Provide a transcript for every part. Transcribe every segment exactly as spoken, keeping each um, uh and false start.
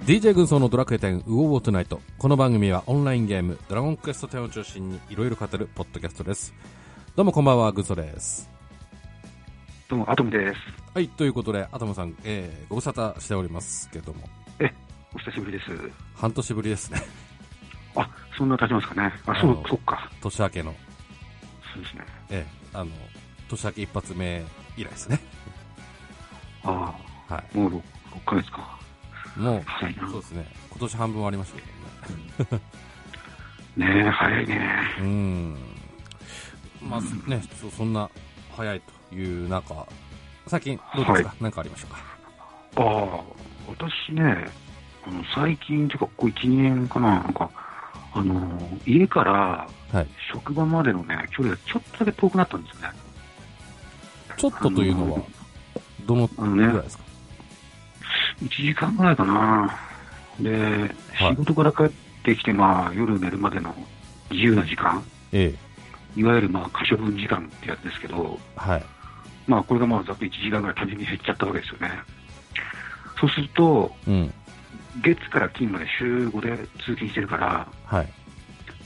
ディージェー 軍曹のドラクエテンウォーウォートゥナイト。この番組はオンラインゲームドラゴンクエストテンを中心にいろいろ語るポッドキャストです。どうもこんばんは、軍曹です。 どうもアトムです。 はい、ということでアトムさん、えー、ご無沙汰しておりますけども。 え、お久しぶりです。 半年ぶりですね。 あ、そんな経ちますかね。あ、そう、そっか。 年明けの。 そうですね。 えー、あの年明け一発目以来ですね。 ああ、はい。もう ろっかげつか。 もう、はい、そうですね。今年半分終わりましたけどね。 ねえ、早いね。 うん。まあね、そ, そんな早いという中、最近どうですか、はい、何かありましたか。 ああ、私ね、あの最近というかここいち、にねんかな、なんかあの家から職場までのね、距離がちょっとだけ遠くなったんですよね。 ちょっとというのはどのぐらいですか。 いちじかんぐらいかな。で、はい、仕事から帰ってきて、まあ、夜寝るまでの自由な時間、ええ、いわゆるまあ可処分時間ってやつですけど、はい、まあ、これがまあざっといちじかんぐらい単純に減っちゃったわけですよね。そうすると、うん、月から金まで週ごで通勤してるから、はい、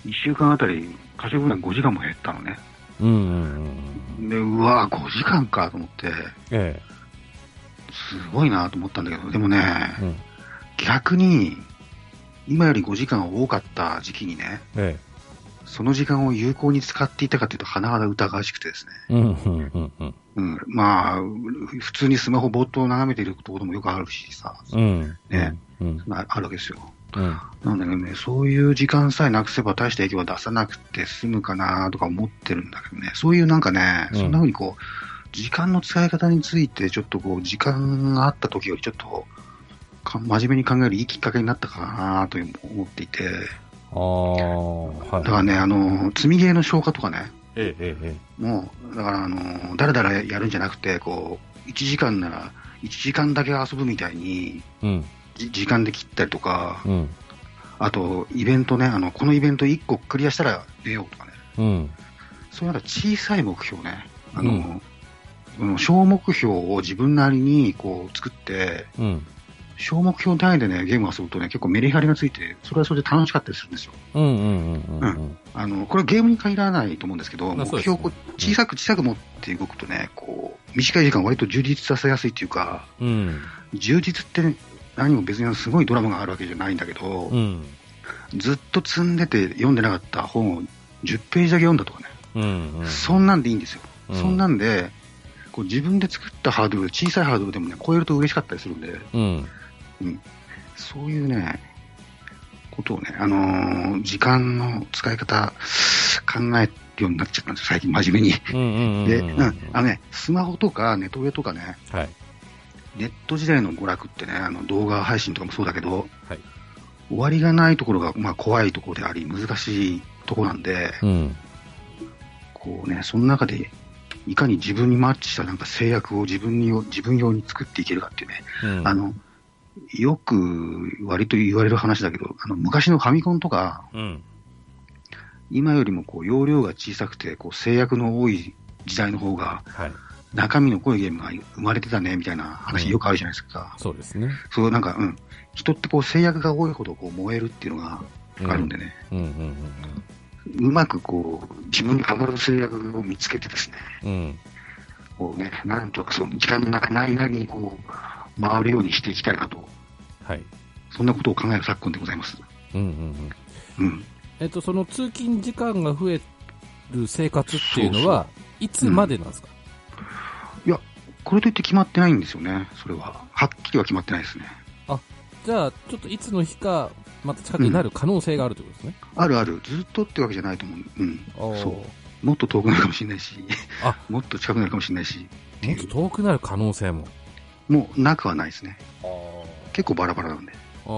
いっしゅうかんあたり可処分がごじかんも減ったのね。うんうんうん、で、うわぁ、ごじかんかと思って、ええ、すごいなと思ったんだけど、でもね、うん、逆に今よりごじかん多かった時期にね、ええ、その時間を有効に使っていたかというと甚だ疑わしくてですね、うんうんうんうんうん、まあ普通にスマホぼーっと眺めていることもよくあるしさ、うんね、うん、あるわけですよ、うん、なんだけどね、そういう時間さえなくせば大した影響は出さなくて済むかなとか思ってるんだけどね、そういうなんかね、うん、そんな風にこう時間の使い方についてちょっとこう時間があった時よりちょっと真面目に考えるいいきっかけになったかなと思っていて、あ、はい、だからね、あの積みゲーの消化とかね、ええええ、もうだからあのだらだらやるんじゃなくて、こういちじかんならいちじかんだけ遊ぶみたいに、うん、時間で切ったりとか、うん、あとイベントね、あのこのイベントいっこクリアしたら出ようとかね、うん、そういうなんか小さい目標ね、あの、うん小目標を自分なりにこう作って、うん、小目標単位でねゲームを遊ぶとね結構メリハリがついて、それはそれで楽しかったりするんですよ。あのこれはゲームに限らないと思うんですけど、目標をこう小さく小さく持って動くとね、こう短い時間割と充実させやすいっていうか、うん、充実って、ね、何も別にすごいドラマがあるわけじゃないんだけど、うん、ずっと積んでて読んでなかった本をじゅっページだけ読んだとかね、うんうん、そんなんでいいんですよ、うん、そんなんでこう自分で作ったハードル、小さいハードルでもね超えると嬉しかったりするんで、うんうん、そういうねことをね、あのー、時間の使い方考えるようになっちゃったんですよ最近真面目に。で、うん、あのねスマホとかネットゲーとかね、はい、ネット時代の娯楽ってね、あの動画配信とかもそうだけど、はい、終わりがないところがまあ怖いところであり難しいところなんで、うん、こうねその中でいかに自分にマッチしたなんか制約を自分に自分用に作っていけるかっていうね、うん、あのよく割と言われる話だけど、あの昔のファミコンとか、うん、今よりもこう容量が小さくてこう制約の多い時代の方が、はい、中身の濃いゲームが生まれてたねみたいな話よくあるじゃないですか。うん、そうですね。そうなんか、うん、人ってこう制約が多いほどこう燃えるっていうのがあるんでね。うんうんうんうんうまくこう自分にかぶる制約を見つけてですね、うん、こうね、なんとかその時間の中ないなりにこう回るようにしていきたいなと、はい、そんなことを考える昨今でございます。うんうんうん。うん。えっとその通勤時間が増える生活っていうのはそうそういつまでなんですか。うん、いやこれといって決まってないんですよね。それははっきりは決まってないですね。あ、じゃあちょっといつの日かまた近くになる可能性があるということですね。うん、あるある、ずっとってわけじゃないと思う。うん、そうもっと遠くなるかもしれないし、あもっと近くなるかもしれないし、もっと遠くなる可能性ももうなくはないですね。あ結構バラバラなんで。ああ、うん、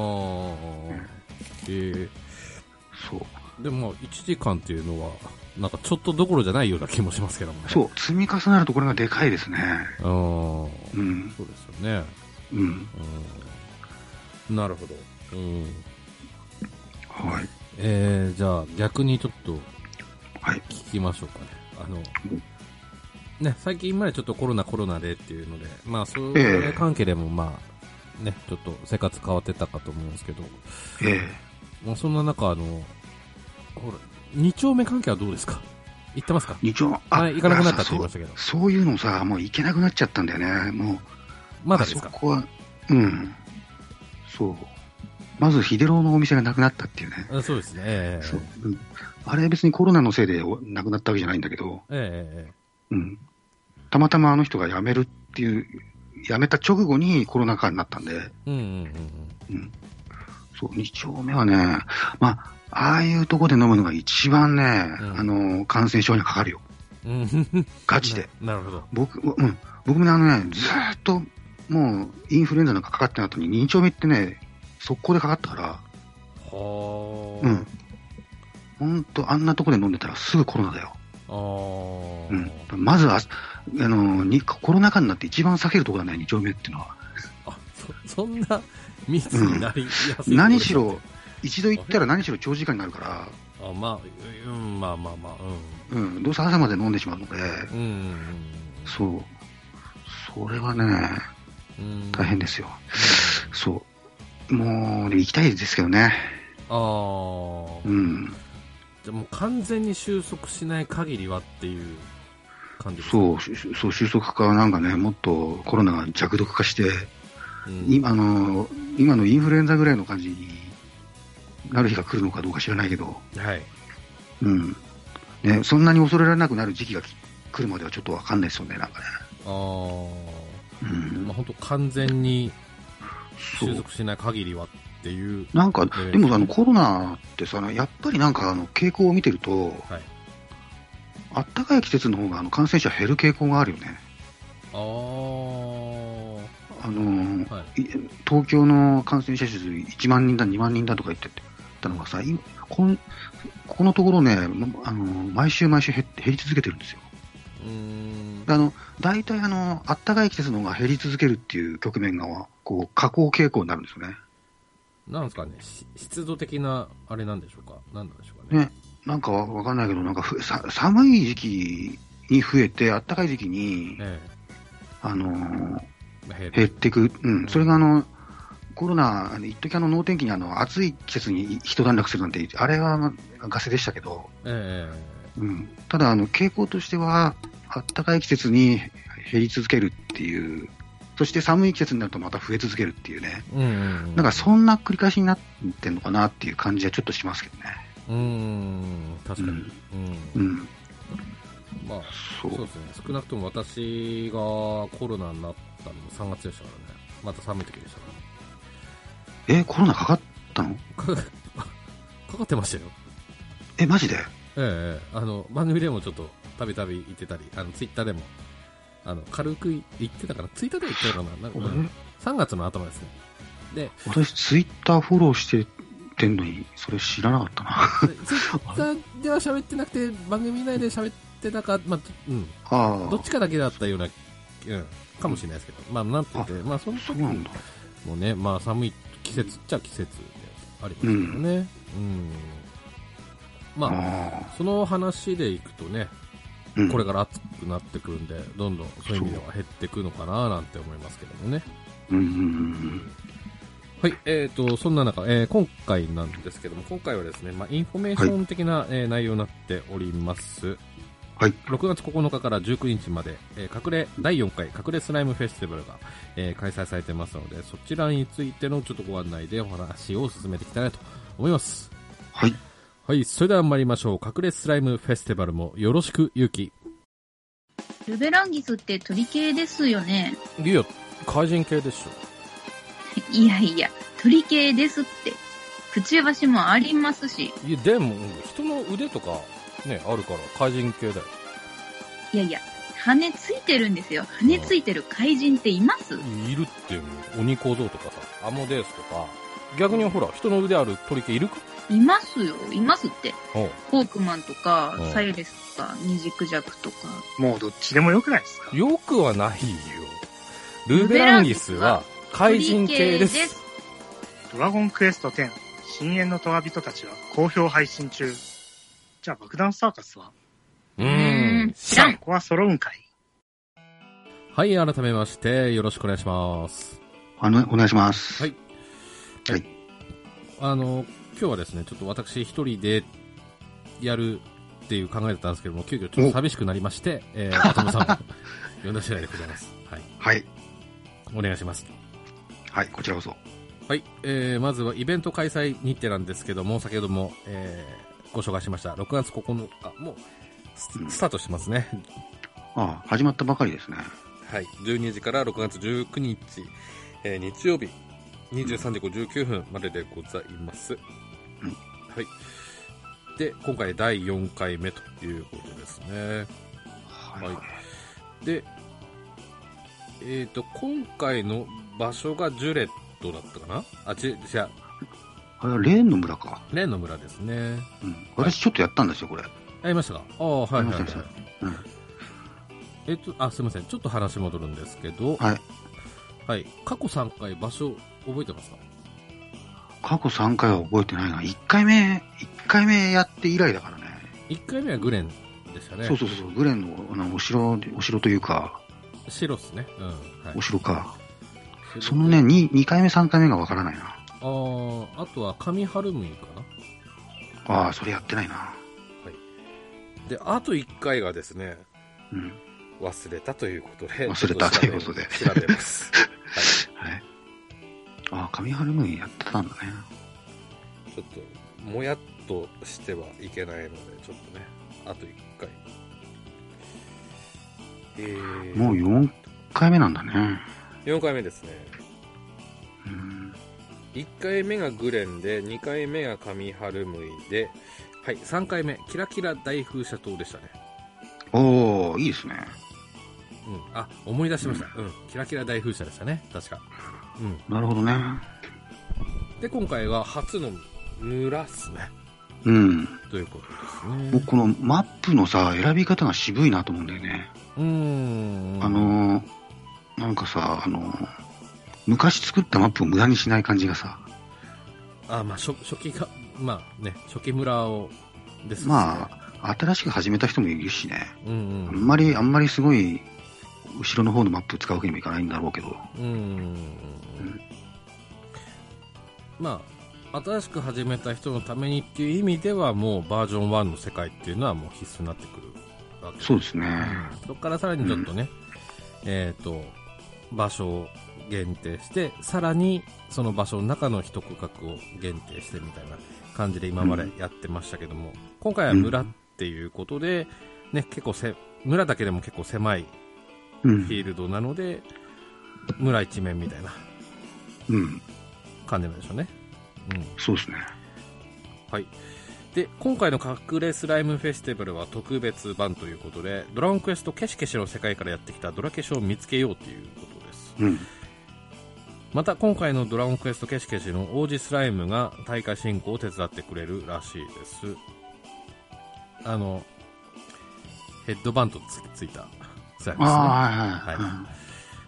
えー、そうでもいちじかんっていうのはなんかちょっとどころじゃないような気もしますけどもね。そう積み重なるとこれがでかいですね。ああ、うん、そうですよね。うん、うん、なるほど。うんはい、えー、じゃあ逆にちょっと聞きましょうかね。はい、あのね最近までちょっとコロナコロナでっていうので、まあそれ関係でもまあね、ちょっと生活変わってたかと思うんですけど、 ええ。 まあ、そんな中、あの、ほら、二丁目関係はどうですか？行ってますか？ 二丁、 あ、行かなくなったって言いましたけど。 そう、そういうのさ、もう行けなくなっちゃったんだよね、もう。 まだですか？ そこは、うん。そう。まず、秀郎のお店がなくなったっていうね。 あ、そうですね。えー、 そう、うん。あれ別にコロナのせいでなくなったわけじゃないんだけど、 えー、 うん。たまたまあの人が辞めるっていう、辞めた直後にコロナ禍になったんで、 うんうんうんうん。うん、 そう、二丁目はね、まあ、ああいうとこで飲むのが一番ね、うん、あの、感染症にかかるよ。うん、ガチで。 なるほど。 僕、うん。僕もね、あのね、ずーっと、もう、インフルエンザなんかかかってな後に、二丁目ってね、速攻でかかったから、はー。 うん。ほんと、あんなとこで飲んでたらすぐコロナだよ。 あー。 うん。まずは、あの、にコロナ禍になって一番避けるところだね、二丁目っていうのは。 あ、そ、そんな密になりやすい、 うん、何しろ、一度行ったら何しろ長時間になるから、 あ、まあ、うん、まあまあまあ、 うん。うん、どうせ朝まで飲んでしまうので、 うん。 そう。それはね、大変ですよ。そう。もう、ね、行きたいですけどね。 ああ。うん。じゃもう完全に収束しない限りはっていう感じですか？ そう、そう、収束化はなんかね、もっとコロナが弱毒化して、うん、今の、今のインフルエンザぐらいの感じになる日が来るのかどうか知らないけど、 はい。 うん。ね、そんなに恐れられなくなる時期が来るまではちょっとわかんないですよね、なんかね。 ああ。うん。まあ本当完全に収束しない限りはっていう。 なんか、でもあのコロナってさ、やっぱりなんかあの傾向を見てると、はい、あったかい季節の方があの感染者減る傾向があるよね。ああのーはい、東京の感染者数いちまんにんだ、にまんにんだとか言ってたのがさ、この、ここのところね、あのー、毎週毎週減り続けてるんですよ。うーん、あの大体あの、あったかい季節の方が減り続けるっていう局面がこう下降傾向になるんですよね。 なんですかね、湿度的なあれなんでしょうか、なんなんでしょうかね。 ね、なんかわ, わかんないけど、なんかふさ寒い時期に増えて、あったかい時期に、ええ、あのー、減っていく、うん、それがあのコロナ、一時あの能天気にあの暑い季節に一段落するなんて、あれはガセでしたけど、ええ、うん、ただあの傾向としては、あったかい季節に減り続けるっていう。そして寒い季節になるとまた増え続けるっていうね、うんうんうん、なんかそんな繰り返しになってるのかなっていう感じはちょっとしますけどね。うーん、 確かに。うん。うんうん、まあそう、そうですね。少なくとも私がコロナになったのもさんがつでしたからね。また寒い時でしたからね。え、コロナかかったの？ か, かかってましたよ。 え、マジで？ ええ、あの番組でもちょっとたびたび言ってたり、あのツイッターでも。あの軽く言ってたから、ツイッターで言ってたかな、なんか、うん、さんがつの頭ですね。で、 私ツイッターフォローしててんのに、それ知らなかったな。 ツイッターでは喋ってなくて、番組内で喋ってたか、まあ、うん、あどっちかだけだったような、うん、かもしれないですけど、まあ、なんて言って、まあ、その時もね、まあ、寒い季節っちゃ季節でありますけどね。うん。うん、まあ、その話でいくとね、うん、これから暑くなってくるんで、どんどんそういう意味では減っていくのかななんて思いますけどもね。うんうんうん、はい、えーと、そんな中、えー、今回なんですけども、今回はですね、まあ、インフォメーション的な、はい、えー、内容になっております。はい。ろくがつここのかからじゅうくにちまで、えー、隠れ、だいよんかい隠れスライムフェスティバルが、えー、開催されてますので、そちらについてのちょっとご案内でお話を進めていきたいなと思います。はい。はい、それでは参りましょう。隠れスライムフェスティバルもよろしく、ゆうき。 ルベランギスって鳥系ですよね。 いや、怪人系でしょ。 いやいや、鳥系ですって。くちばしもありますし。 いや、でも、人の腕とかね、あるから怪人系だよ。 いやいや、羽ついてるんですよ。羽ついてる怪人っています？ いるっていうの。鬼小僧とかさ、アモデウスとか。逆にほら、人の腕ある鳥系いるか？ いますよ、いますって。ホークマンとか、サイレスとか、ニジクジャクとか。 もうどっちでもよくないですか？ よくはないよ。ルベランギスは怪人系です。 ドラゴンクエストテン、深淵のトワ人たちは好評配信中。じゃあ爆弾サーカスは？ うーん、知らん。 ここは揃うんかい。 はい、改めましてよろしくお願いします。 あの、お願いします。 はい。はい。あの、今日はですね、ちょっと私一人でやるっていう考えだったんですけども、急遽ちょっと寂しくなりまして、えー、アトムさんを呼んだ次第でございます。はい。 はい。 お願いします。 はい、こちらこそ。 はい、えー、まずはイベント開催日程なんですけども、先ほども、えー、ご紹介しましたろくがつここのか、もう ス,、うん、スタートしてますね。 ああ、始まったばかりですね。 はい、じゅうにじからろくがつじゅうくにち、えー、日曜日にじゅうさんじごじゅうきゅうふんまででございます。うん、はい。で、今回だいよんかいめということですね。はい。はい、で、えっ、ー、と、今回の場所がジュレットだったかなあ、ち、じゃあれはレーンの村か。 レーンの村ですね。 うん。私ちょっとやったんですよ、これ。 やりましたか？ああ、はいはいはい。 うん。 えっと、あ、すみません。ちょっと話戻るんですけど、 はい。 はい。過去さんかい場所覚えてますか？ 過去さんかいは覚えてないな。いっかいめ、いっかいめやって以来だからね。 いっかいめはグレンでしたね。 そうそうそう。グレンのあのお城、お城というか。 城っすね。うん。はい、 お城か。そのね、に、にかいめ、さんかいめがわからないな。ああ、あとは上春向かな。ああ、それやってないな。はい。で、あといっかいがですね、 うん。 忘れたということで。 忘れたということで。 調べます。 はい。はい。ああ、上春向やってたんだね。 ちょっと、もやっとしてはいけないので、ちょっとね、あといっかい。 えー、もうよんかいめなんだね。 よんかいめですね。 うん。 いっかいめがグレンで、にかいめが上春向で、はい、さんかいめ、キラキラ大風車島でしたね。 おー、いいですね。 うん、あ、思い出しました。うん、うん、キラキラ大風車でしたね、確か。 うん。なるほどね。 で、今回は初の村っすね。 うん。 ということですね。 僕このマップのさ、選び方が渋いなと思うんだよね。 うーん。 あのー、なんかさ、あのー、昔作ったマップを無駄にしない感じがさ。 あ、まあ、初、初期が、まあね、初期村をですね。 まあ、新しく始めた人もいるしね。 うんうん。 あんまり、あんまりすごい、後ろの方のマップ使うわけにもいかないんだろうけど。 うん。うん、まあ、新しく始めた人のためにっていう意味では、もうバージョンワンの世界っていうのはもう必須になってくるわけです。 そうですね。 うん、そこからさらにちょっとね、うん、えっ、ー、と、場所を限定して、さらにその場所の中の一区画を限定してみたいな感じで今までやってましたけども、うん、今回は村っていうことで、ね、結構せ、村だけでも結構狭いフィールドなので、うん、村一面みたいな感じなんでしょうね。うん、 そうですね。 はい。で、今回の隠れスライムフェスティバルは特別版ということで、ドラゴンクエストケシケシの世界からやってきたドラケシを見つけようということです。 うん、 また今回のドラゴンクエストケシケシの王子スライムが大会進行を手伝ってくれるらしいです。あの、ヘッドバンドつ, ついたスライムですね。 あ、はいはいはい。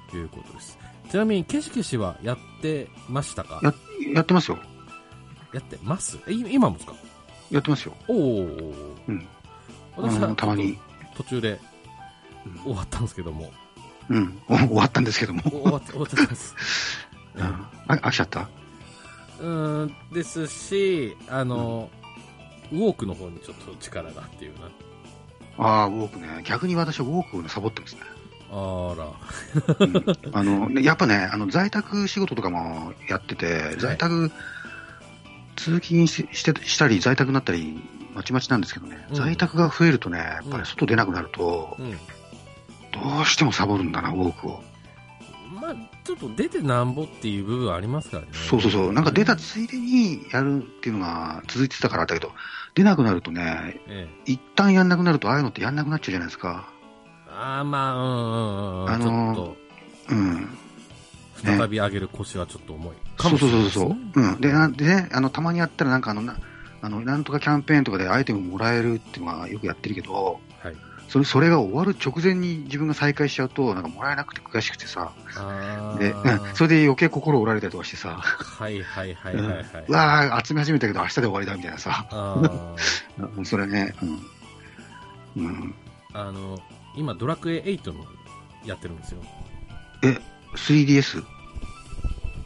ということです。ちなみにケシケシはやってましたか？ や、やってますよ。 やってますえ、今もですか？ やってますよ。 おお。 うん。 私はたまに途中で終わったんですけども。 うん。終わったんですけども。 終わっ終わっちゃったんです。 うん、あ、飽きちゃった？ うーん、ですし、あの、うん、ウォークの方にちょっと力がっていうな。 ああ、ウォークね。逆に私はウォークを、ね、サボってますね。 あら。 うん、あの、ね、やっぱね、あの、在宅仕事とかもやってて、在宅、はい、通勤し、して、したり、在宅になったり、まちまちなんですけどね、うん、在宅が増えるとね、やっぱり外出なくなると、うん、どうしてもサボるんだな、ウォークを。 まあ、ちょっと出てなんぼっていう部分はありますからね。 そうそうそう。なんか出たついでにやるっていうのが続いてたからだけど、出なくなるとね、ええ、一旦やんなくなると、ああいうのってやんなくなっちゃうじゃないですか。 ああ、まあ、うんうんうん。あのー、ちょっと、うん。 再び上げる腰はちょっと重いかもしれないですね。そうそうそうそう。うん。で、なでね、あの、たまにやったらなんかあの、な、あの、なんとかキャンペーンとかでアイテムもらえるっていうのはよくやってるけど、はい。それ、それが終わる直前に自分が再開しちゃうと、なんかもらえなくて悔しくてさ。あで、うん。それで余計心折られたりとかしてさ。 はいはいはいはい、はい。 うわー、集め始めたけど明日で終わりだみたいなさ。あそれね、うん。うん。 あの、今、ドラクエエイトのやってるんですよ。 え、スリーディーエス？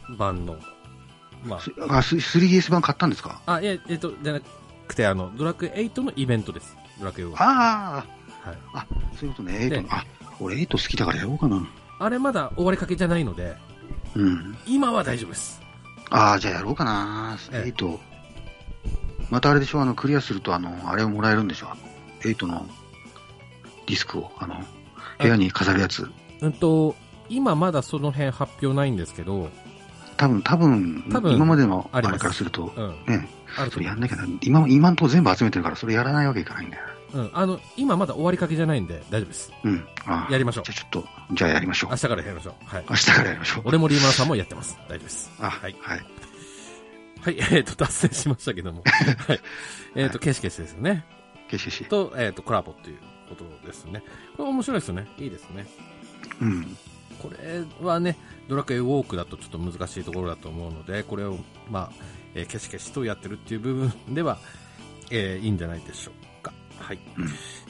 版の、まあ、 あ スリーディーエス 版買ったんですか？ あ、いや、えっと、じゃなくて、あの、ドラクエエイトのイベントです。ドラクエは。 ああ、はい。 あ、そういうことね、エイトの。あ、俺エイト好きだからやろうかな。 あれまだ終わりかけじゃないので、 うん。 今は大丈夫です。 ああ、じゃあやろうかな、エイト。またあれでしょ、あの、クリアすると、あの、あれをもらえるんでしょ、エイトのディスクを、あの、部屋に飾るやつ。 うんと、今まだその辺発表ないんですけど、 多分、多分、多分今までのあれからすると、うん、ね、それやんなきゃな。今、今のとこ全部集めてるから、それやらないわけいかないんだよ。 うん、あの、今まだ終わりかけじゃないんで、大丈夫です。 うん。あやりましょう。 じゃあちょっと、じゃあやりましょう。 明日からやりましょう。はい。 明日からやりましょう。 俺もリーマンさんもやってます。大丈夫です。 あ、はい。はい。 はい、えっ、ー、と、脱線しましたけども。はい。えっ、ー、と、ケシケシですよね。 ケシケシ。 と、えっ、ー、と、コラボっていうことですね。これ面白いですよね。いいですね。 うん。 これはね、ドラクエウォークだとちょっと難しいところだと思うので、これを、まあ、えー、ケシケシとやってるっていう部分では、えー、いいんじゃないでしょうか。はい。うん、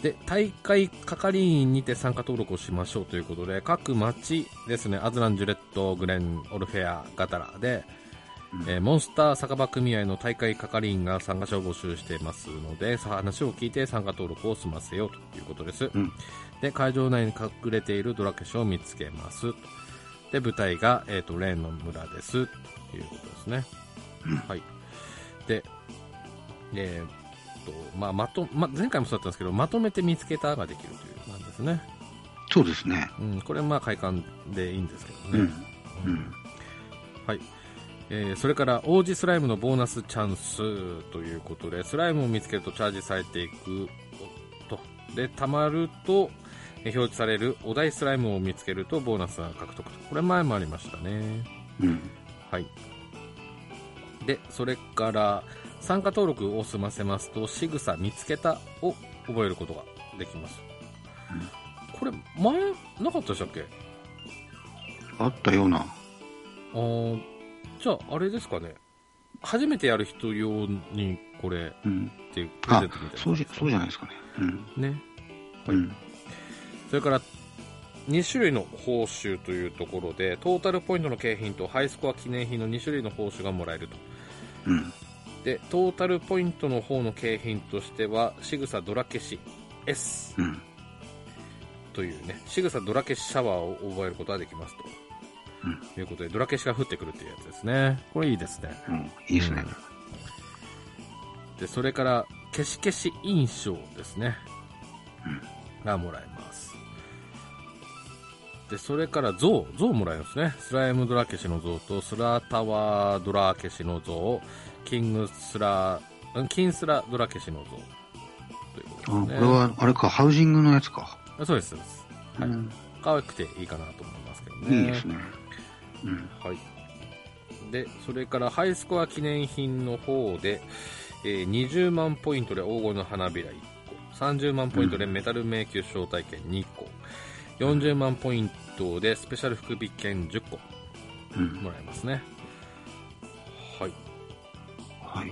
で、大会係員にて参加登録をしましょうということで、各町ですね、アズラン、ジュレット、グレン、オルフェア、ガタラで、えー、モンスター酒場組合の大会係員が参加者を募集していますので、話を聞いて参加登録を済ませようということです。うん、で、会場内に隠れているドラケシを見つけます。で、舞台が、えーと、レーンの村ですということですね。うん、はい。で、えーと、まあ、まと、ま、前回もそうだったんですけど、まとめて見つけたができるというなんですね。 そうですね。 うん、これはまあ快感でいいんですけどね。うん。うん、はい。えー、それから王子スライムのボーナスチャンスということで、スライムを見つけるとチャージされていくと。で、溜まると、えー、表示されるお題スライムを見つけるとボーナスが獲得と。これ前もありましたね。 うん。 はい。で、それから参加登録を済ませますと、仕草見つけたを覚えることができます。うん、これ前なかったでしたっけ？ あったような。あー、じゃああれですかね。初めてやる人用にこれ、うん、っていうプレゼントみたいな。 そうじゃ、そうじゃないですかね。うん、 ね。はい。うん、それからに種類の報酬というところで、トータルポイントの景品とハイスコア記念品のに種類の報酬がもらえると。 うん。 で、トータルポイントの方の景品としては、仕草ドラ消し S、うん、というね、仕草ドラ消しシャワーを覚えることができますと。うん、ということで、ドラ消しが降ってくるっていうやつですね。これいいですね。 うん、いいですね。 うん、で、それから、消し消し印象ですね。うん。がもらえます。で、それから像、像もらえますね。スライムドラ消しの像と、スラタワードラ消しの像、キングスラ、キンスラドラ消しの像。ということですね。 あ、これは、あれか、ハウジングのやつか。 そうです、そうです。はい。うん、可愛くていいかなと思いますけどね。 いいですね。うん。 はい。で、それからハイスコア記念品の方で、えー、にじゅうまんポイントで黄金の花びらいっこ、さんじゅうまんポイントでメタル迷宮招待券にこ、よんじゅうまんポイントでスペシャル福引券じゅっこもらえますね。うん、はい。 はい。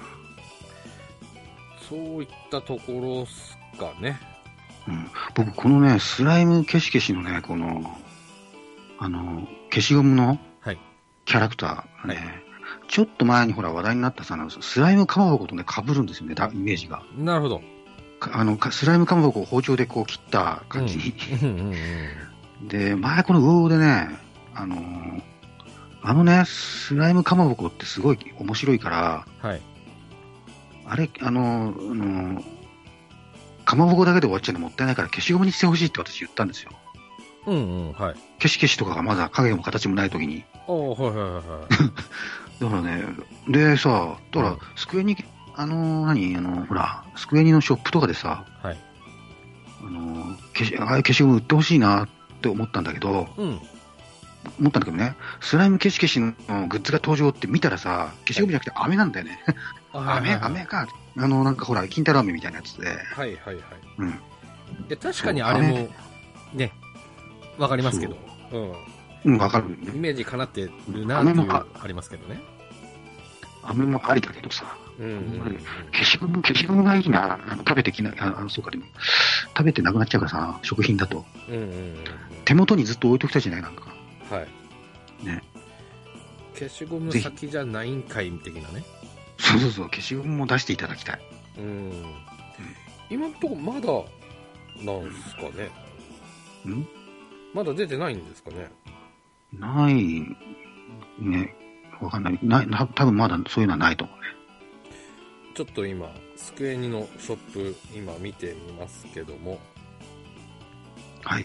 そういったところっすかね。 うん、僕、このね、スライム消し消しのね、この、あの、消しゴムのキャラクターね、はい、ちょっと前にほら話題になったさ、スライムかまぼことね、被るんですよね、イメージが。 なるほど。 あの、スライムかまぼこを包丁でこう切った感じに。うんうんうんうん、で、前このウオーでね、あのー、あのね、スライムかまぼこってすごい面白いから、 はい、 あれ、あのー、あのー、かまぼこだけで終わっちゃうのもったいないから消しゴムにしてほしいって私言ったんですよ。 うんうん、はい。 消し消しとかがまだ影も形もないときに。 ああ、はいはいはいはい。 だからね、でさ、だから、スクエニ、あのー、何、あの、ほら、スクエニのショップとかでさ、 はい。 あのー、消し、ああいう消しゴム売ってほしいなって思ったんだけど、 うん。 思ったんだけどね、スライム消し消しのグッズが登場って見たらさ、消しゴムじゃなくて飴なんだよね。飴、飴か。あの、なんかほら、金太郎飴みたいなやつで。 はいはいはい。 うん。 で、確かにあれも、ね、わかりますけど。うん。 うん、わかる、ね。 イメージかなってるなっていうありますけどね。 飴もありだけどさ。 うんうんうん、 消しゴム、消しゴムがいいな。あの食べてきな、あの、そうかでも、食べてなくなっちゃうからさ、食品だと。 うんうんうん、 手元にずっと置いときたいじゃない、なんか。 はい。 ね。 消しゴム先じゃないんかい的なね。 そうそうそう、消しゴムも出していただきたい。 うん、うん、今のところまだなんすかね。 んまだ出てないんですかね。 ないね、わかんない。ない、多分まだそういうのはないと思うね。 ちょっと今スクエニのショップ今見てみますけども、 はい。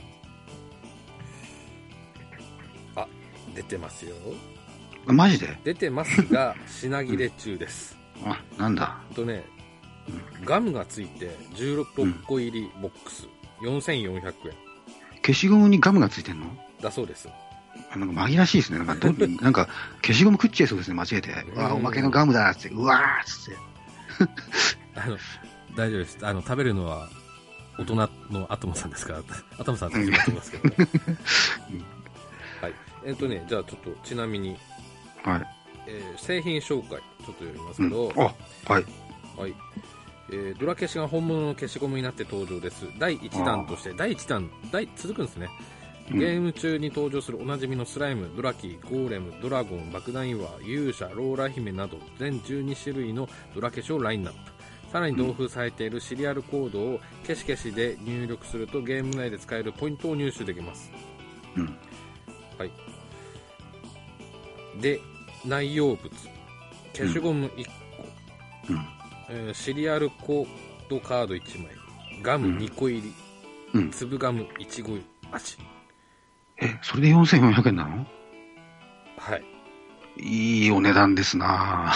あ、出てますよ。 マジで？ 出てますが品切れ中です。 うん、あ、なんだ。 とね、うん、ガムがついてじゅうろっこ入りボックス、うん、よんせんよんひゃくえん。 消しゴムにガムがついてんの？ だそうです。 なんか紛らしいですね。なんかどなんか消しゴム食っちゃいそうですね、間違えて。うわ、おまけのガムだっつって、うわーっつって。 あの大丈夫です。あの食べるのは大人のアトムさんですから、アトムさんって決まってますけどね。うん、はい。えっ、ー、とね、じゃあちょっとちなみに、 はい。 えー、製品紹介ちょっと読みますけど、うん、 あ、はい。 はい。えー、ドラ消しが本物の消しゴムになって登場です。だいいちだんとして、だいいちだん、第続くんですね。ゲーム中に登場するおなじみのスライム、ドラキー、ゴーレム、ドラゴン、爆弾岩、勇者、ローラ姫など全じゅうにしゅるいのドラ消しをラインナップ。さらに同封されているシリアルコードを消し消しで入力するとゲーム内で使えるポイントを入手できます。 うん、 はい。で、内容物、消しゴムいっこ、 うんえー、シリアルコードカードいちまい、ガムにこ入り、 うん、 粒ガムいちご味。 え、それでよんせんよんひゃくえんなの？ はい。 いいお値段ですな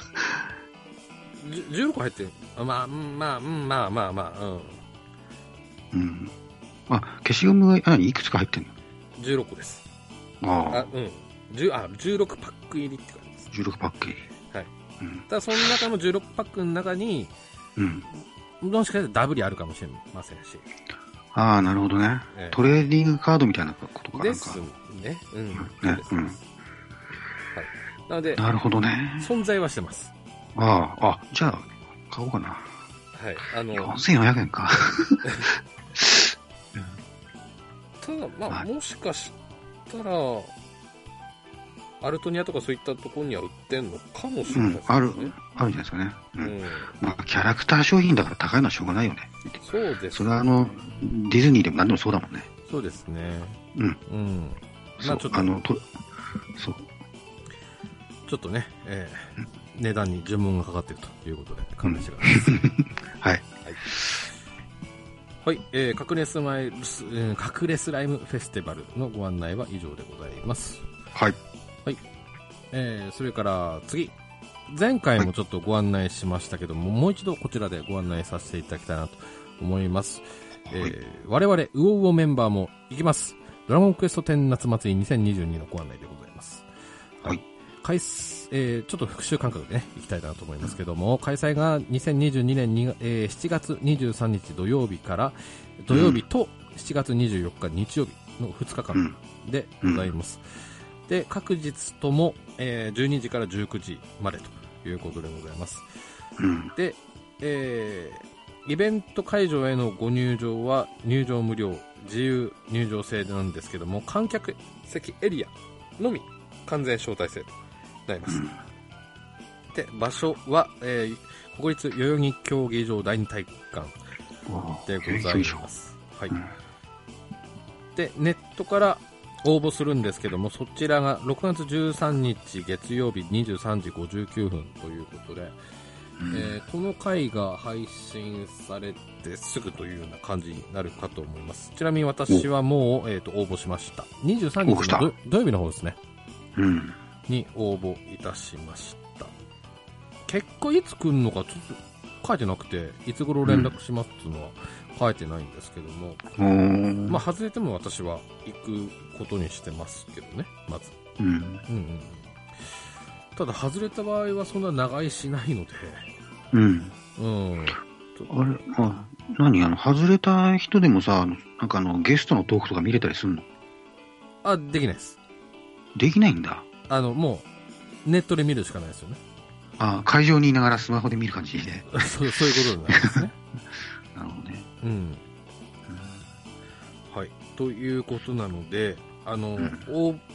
じゅうろっこ入ってる。まあ、まあ、まあ、まあ、まあ、うん。 うん。あ、消しゴムが何いくつか入ってんの？ じゅうろっこです。 ああ。 あ、うん。じゅう、あ、じゅうろくパック入りって感じです。 じゅうろくパック入り。 はい。うん、ただ、その中のじゅうろくパックの中に、 うん。 もしかしたらダブリあるかもしれませんし。 ああ、なるほどね、ええ。トレーディングカードみたいなことか。 ですね。うん。 ね。うん。はい。 なので、なるほどね。 存在はしてます。 ああ、あ、じゃあ、買おうかな。 はい。あの、 よんせんよんひゃくえんか。 ただ、まあ、もしかしたら、アルトニアとかそういったところには売ってんのかもしれないですね。 うん、ある、あるんじゃないですかね。うん。うん、まあ、キャラクター商品だから高いのはしょうがないよね。 そうです、ね。 それはあの、ディズニーでも何でもそうだもんね。 そうですね。 うん。 うん。 まあちょっと、あの、と、そう。 ちょっとね、えー、値段に順文がかかっているということで、勘弁してください。うん、 はい。はい。 はい、えー、隠れスマイルス、えー、隠れスライムフェスティバルのご案内は以上でございます。 はい。 はい。えー、それから次。前回もちょっとご案内しましたけども、はい、もう一度こちらでご案内させていただきたいなと思います。はい、えー、我々、ウオウオメンバーも行きます。ドラゴンクエストじゅう夏祭りにせんにじゅうにのご案内でございます。はい。開催、えー、ちょっと復習感覚でね、行きたいなと思いますけども、開催がにせんにじゅうにねんに、えー、しちがつにじゅうさんにち土曜日から、土曜日としちがつにじゅうよっか日曜日のふつかかんでございます。うん、で、各日とも、えー、じゅうにじからじゅうくじまでということでございます。 うん、 で、えー、イベント会場へのご入場は入場無料、自由入場制なんですけども、観客席エリアのみ完全招待制となります。うん、で、場所は、えー、国立代々木競技場第二体育館でございます。はい。うん、で、ネットから応募するんですけども、そちらがろくがつじゅうさんにち月曜日にじゅうさんじごじゅうきゅうふんということで、うん、えー、この回が配信されてすぐというような感じになるかと思います。ちなみに私はもう、えー、と応募しました。にじゅうさんにちの土曜日の方ですね、 うん、 に応募いたしました。結果いつ来るのかちょっと書いてなくて、いつ頃連絡しますっていうのは書いてないんですけども、 うん、 まあ外れても私は行くことにしてますけどね、まず。 うんうんうん、 ただ外れた場合はそんな長居しないので、 うん、 うん、 あれ、あ、何あの外れた人でもさ、なんかあのゲストのトークとか見れたりするの？ あ、できないです。 できないんだ。 あのもうネットで見るしかないですよね。 あ、会場にいながらスマホで見る感じで。 そう、そういうことになりますね。 なるほどね。 うん。うん、はい。ということなので、あの、うん、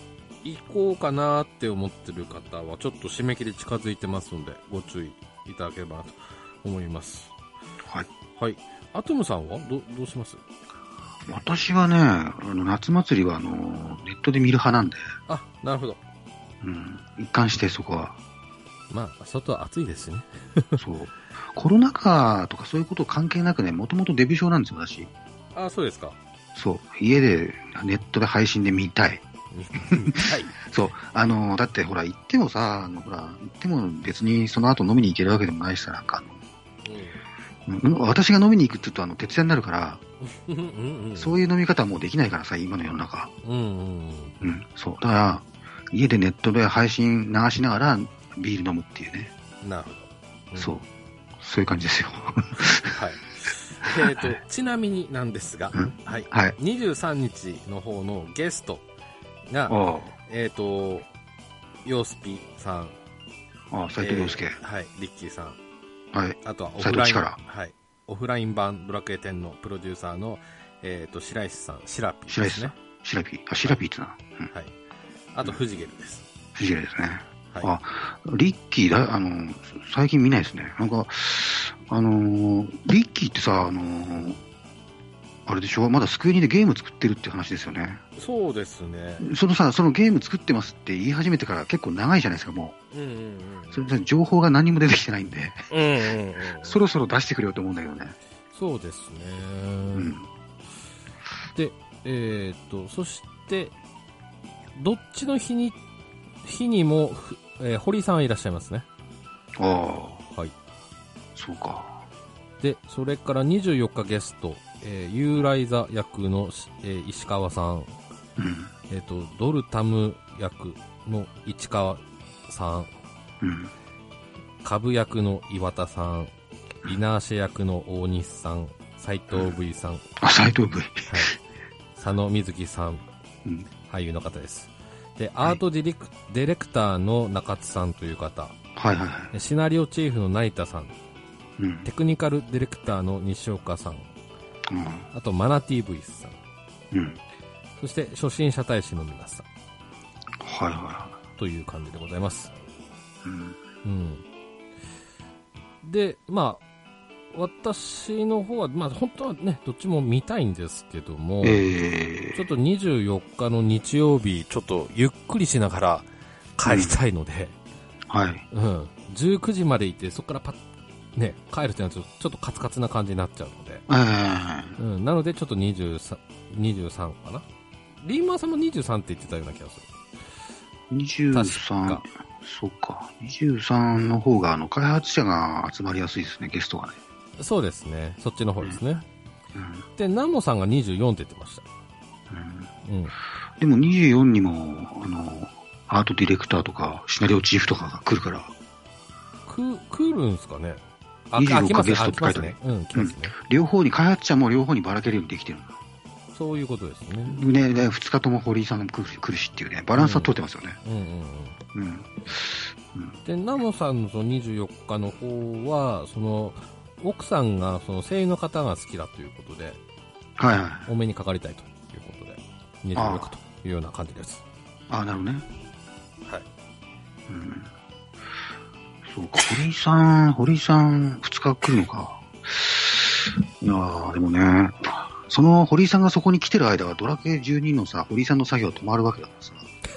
行こうかなって思ってる方はちょっと締め切り近づいてますのでご注意いただければなと思います。 はい。 はい。アトムさんは ど, どうします？ 私はね、あの夏祭りはあのネットで見る派なんで。 あ、なるほど。 うん。一貫してそこは。 まあ、外は暑いですしね。 そう。コロナ禍とかそういうこと関係なくね、もともとデビュー症なんですよ、私。 あ、そうですか。 そう。家で、ネットで配信で見たい。 見たい。 そう。あの、だってほら、行ってもさ、あの、ほら、行っても別にその後飲みに行けるわけでもないしさ、なんかあの、うん、私が飲みに行くって言うと、あの、徹夜になるから、うんうん、そういう飲み方はもうできないからさ、今の世の中。うん、うん、うん。そう。だから、家でネットで配信流しながらビール飲むっていうね。 なるほど。 うん、そう。そういう感じですよ。 はい。えっと、ちなみになんですが、うん、はい。はい。にじゅうさんにちの方のゲストが、えっと、ヨースピさん。 ああ、斉藤洋介、 えー。はい。リッキーさん。 はい。 あとはオフライン。はい。オフライン版ドラクエテンのプロデューサーの、えっと、白石さん、シラピーですね。 シラピー。あ、シラピーってな。 うん、はい。あと、フジゲルです。 フジゲルですね。はい、あ、リッキーだ、あの、最近見ないですね。なんか、あのー、リッキーってさ、あのー、あれでしょ、まだスクエニでゲーム作ってるって話ですよね。 そうですね。 そのさ、そのゲーム作ってますって言い始めてから結構長いじゃないですか、もう。うんうんうん。それ情報が何も出てきてないんで、うんうんうん、そろそろ出してくれよと思うんだけどね。 そうですね。うん。で、えー、っと、そして、どっちの日に、日にも、えー、堀さんはいらっしゃいますね。 ああ。 はい。 そうか。 で、それからにじゅうよっかゲスト、えー、ユーライザ役の、えー、石川さん。うん。えっと、ドルタム役の市川さん。うん。株役の岩田さん。イナーシェ役の大西さん。斉藤 V さん。うん、 あ、斉藤 V。はい。 佐野瑞希さん。うん。俳優の方です。で、アートディレク、はい、ディレクターの中津さんという方。 はいはいはい。 シナリオチーフの成田さん。うん。テクニカルディレクターの西岡さん。うん。あと、マナティー V さん。うん。そして、初心者大使の皆さん。 はいはいはい。 という感じでございます。うん。うん。で、まあ、私の方は、まあ本当はね、どっちも見たいんですけども、えー、ちょっとにじゅうよっかの日曜日、ちょっとゆっくりしながら帰りたいので、 うん、はい。 うん。じゅうくじまで行って、そこからパッ、ね、帰るってなると、ちょっとカツカツな感じになっちゃうので、えー、うん。なので、ちょっとにじゅうさん、にじゅうさんかな。リーマーさんもにじゅうさんって言ってたような気がする。 にじゅうさん、そうか。にじゅうさんの方が、あの、開発者が集まりやすいですね、ゲストがね。 そうですね。そっちの方ですね。うん、で、ナモさんがにじゅうよんって言ってました。 うん。うん、でもにじゅうよんにも、あの、アートディレクターとか、シナリオチーフとかが来るから。 く、来るんすかね。 あ、にじゅうろっかゲストって書いてあるね。 うん、来ますね、うん。 両方に、開発者も両方にばらけるようにできてるの。 そういうことですね。 ね、ね、ふつかとも堀井さんも来るし、来るしっていうね、バランスは取ってますよね。うん、うん、うんうん。 うん。で、ナモさんのそのにじゅうよっかの方は、その、奥さんがその声優の方が好きだということで、 はいはい。 お目にかかりたいということで、にじゅうよっかというような感じです。 ああ、なるほどね。 はい。 うん。そうか、堀井さん、堀井さん、ふつか来るのか。いやー、でもね、その堀井さんがそこに来てる間は、ドラクエじゅうにのさ、堀井さんの作業止まるわけだからさ。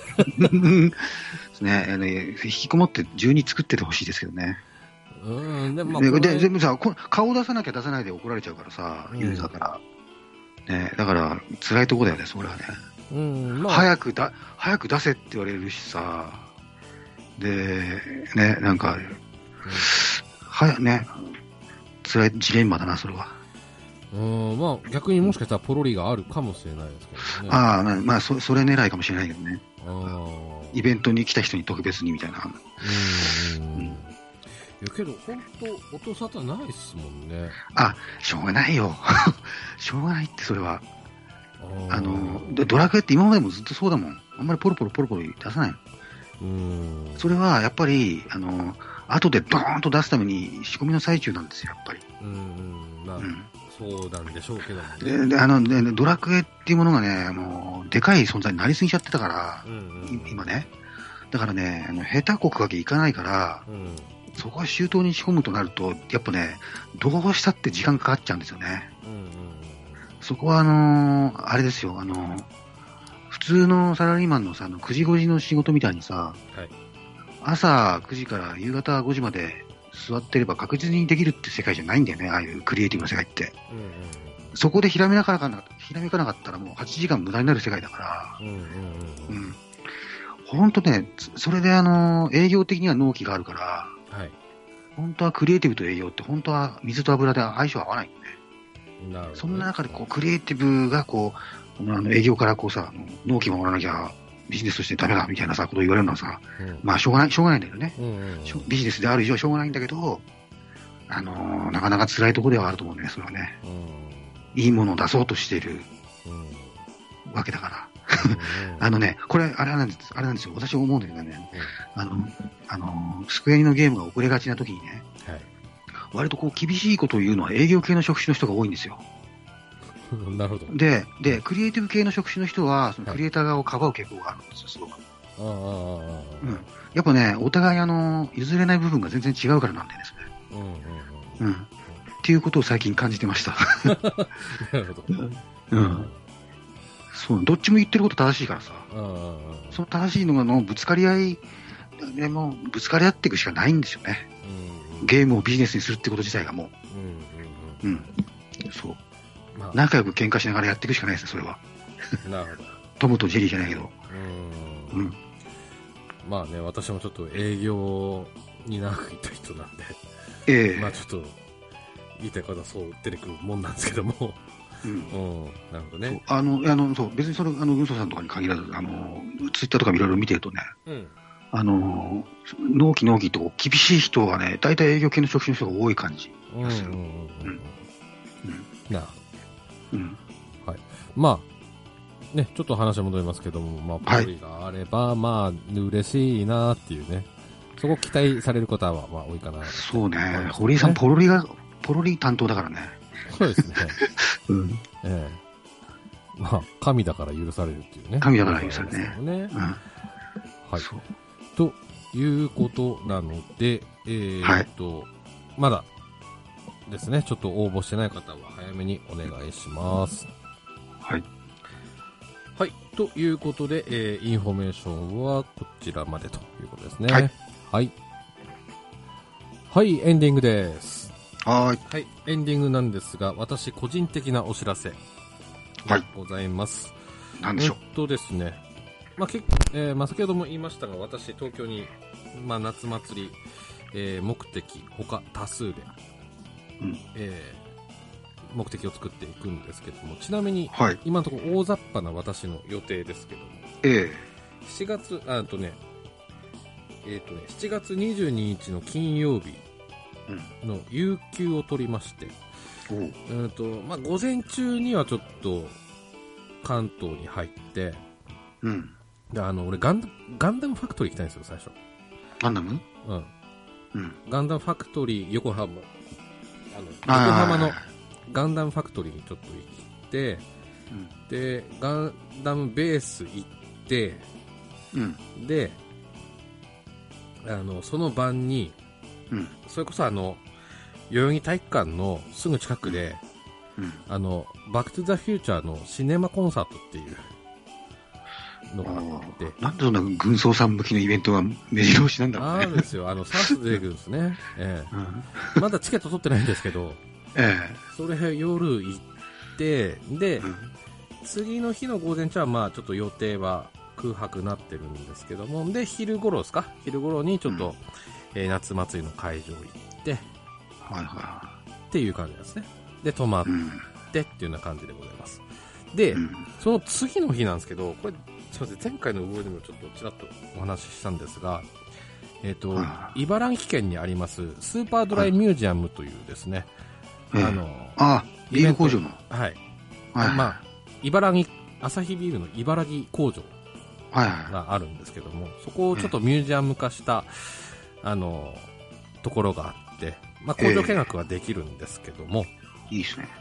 ですね、ね、引きこもってじゅうに作っててほしいですけどね。 うん、でも、 まあ、で全部さ、顔出さなきゃ出さないで怒られちゃうからさ、ユーザーから。ね、だから、辛いとこだよね、それはね。うんまあ、早くだ、早く出せって言われるしさ、で、ね、なんか、うん、はや、ね、辛いジレンマだな、それは。 うん、まあ、逆にもしかしたらポロリがあるかもしれないですけどね。 ああ、まあ、まあ、そ, それ狙いかもしれないけどね。あイベントに来た人に特別にみたいな。うん。うんいやけど、本当音沙汰ないっすもんね。 あ、しょうがないよ。しょうがないって、それは。あ, あの、ドラクエって今までもずっとそうだもん。あんまりポロポロポロポロ出さない。うんそれは、やっぱり、あの、後でドーンと出すために仕込みの最中なんですよ、やっぱり。うん、まあ、うん、 そうなんでしょうけども、 ね、でであのでドラクエっていうものがね、もうでかい存在になりすぎちゃってたから、うんうんうん、今ね、だからね、あの下手国わけいかないから、うん、そこは周到に仕込むとなると、やっぱね、どうしたって時間かかっちゃうんですよね。うんうんうん、そこはあのー、あれですよ、あのー、普通のサラリーマンのさ、あのくじごじの仕事みたいにさ、はい、朝くじから夕方ごじまで座ってれば確実にできるって世界じゃないんだよね、ああいうクリエイティブな世界って。うんうんうん、そこでひらめかなかった、ひらめかなかったらもうはちじかん無駄になる世界だから、うんうんうんうん、本当ね、それであの営業的には納期があるから、はい、本当はクリエイティブと営業って本当は水と油で相性合わないんで、ね、なるほどね、そんな中でこうクリエイティブがこうあの営業からこうさ、納期守らなきゃビジネスとしてダメだみたいなさことを言われるのはさ、うん、まあしょうがないしょうがないんだよね、うんうんうん、ビジネスである以上しょうがないんだけど、あのー、なかなか辛いところではあると思うね、それはね、うん、いいものを出そうとしている、うん、わけだから、うんうん、あのね、これあれなんです、あれなんですよ、私思うんだけどね、うん、あのあのスクエニのゲームが遅れがちな時にね、はい、割とこう厳しいことを言うのは営業系の職種の人が多いんですよ。 なるほど。 で、で、クリエイティブ系の職種の人は、そのクリエイター側をかばう傾向があるんですよ、すごく。ああ、うん。やっぱね、お互いあの、譲れない部分が全然違うからなんだよね、それ。うんうんうん。うん。っていうことを最近感じてました。なるほど。うん。そう、どっちも言ってること正しいからさ。その正しいのがのぶつかり合い、でもぶつかり合っていくしかないんですよね。うんうん、ゲームをビジネスにするってこと自体がもう。うんうんうん。うん。そう。まあ、仲良く喧嘩しながらやっていくしかないですね、それは。なるほど。トムとジェリーじゃないけど。うん。うん。 まあね、私もちょっと営業に長くいた人なんで、 ええー、 まあちょっと言いたいことはそう出てくるもんなんですけども、うん、うん、なるほどね。 あの、あの、そう、別にそれ、あの、軍曹さんとかに限らず、あの、ツイッターとかいろいろ見てるとね、うん、あの、納期納期と厳しい人はね、大体営業系の職種の人が多い感じがする。うん。うん。うん。 なるほど。うん、はい。まあ、ね、ちょっと話は戻りますけども、まあ、ポロリがあれば、はい、まあ、嬉しいなっていうね、そこ期待される方は、まあ、多いかな、ね。 そうね、堀井さん、ポロリが、ポロリ担当だからね。 そうですね。うん。ええ。まあ、神だから許されるっていうね。 神だから許されるね。ね、うん。はい。 ということなので、えー、っと、はい、まだ、ですね、ちょっと応募してない方は早めにお願いします。 はい。 はい。ということで、えー、インフォメーションはこちらまでということですね。はい。はい。はい、エンディングです。 はい。 はい、エンディングなんですが、私個人的なお知らせがございます。 はい、何でしょう。 えっとですね、まあ、けえー、まあ、先ほども言いましたが、私東京に、まあ、夏祭り、えー、目的他多数で、うんえー、目的を作っていくんですけども、ちなみに、はい、今のところ大雑把な私の予定ですけども、 えー、しちがつあとね、えーとね、しちがつにじゅうににちの金曜日の有給を取りまして、うん、うんとまあ、午前中にはちょっと関東に入って、うん、であの俺ガンガンダムファクトリー行きたいんですよ最初。 ガンダム？ うん。うん、ガンダムファクトリー横浜、あの横浜のガンダムファクトリーにちょっと行って、うん、でガンダムベース行って、うん、であのその晩に、うん、それこそあの代々木体育館のすぐ近くで、うん、あのバックトゥザフューチャーのシネマコンサートっていうのがあって、 なんでそんな軍曹さん向きのイベントが目白押しなんだろうね。 あるんですよ。あのサウス出てくるんですね。ええうん、まだチケット取ってないんですけど、ええ、それ夜行ってで、うん、次の日の午前中はまあちょっと予定は空白になってるんですけども、で昼頃ですか、昼頃にちょっと、うんえー、夏祭りの会場行って、はいはい、っていう感じですね。で泊まってっていうような感じでございます。で、うん、その次の日なんですけど、これすみません、前回の動画でもちょっとちらっとお話ししたんですが、えっと、はい、茨城県にありますスーパードライミュージアムというですね、 はい、あの、あ、ビール工場の、 はい、はい、まあ茨城アサヒビールの茨城工場があるんですけども、はいはい、そこをちょっとミュージアム化した、あのところがあって、まあ、工場見学はできるんですけども、 いいですね。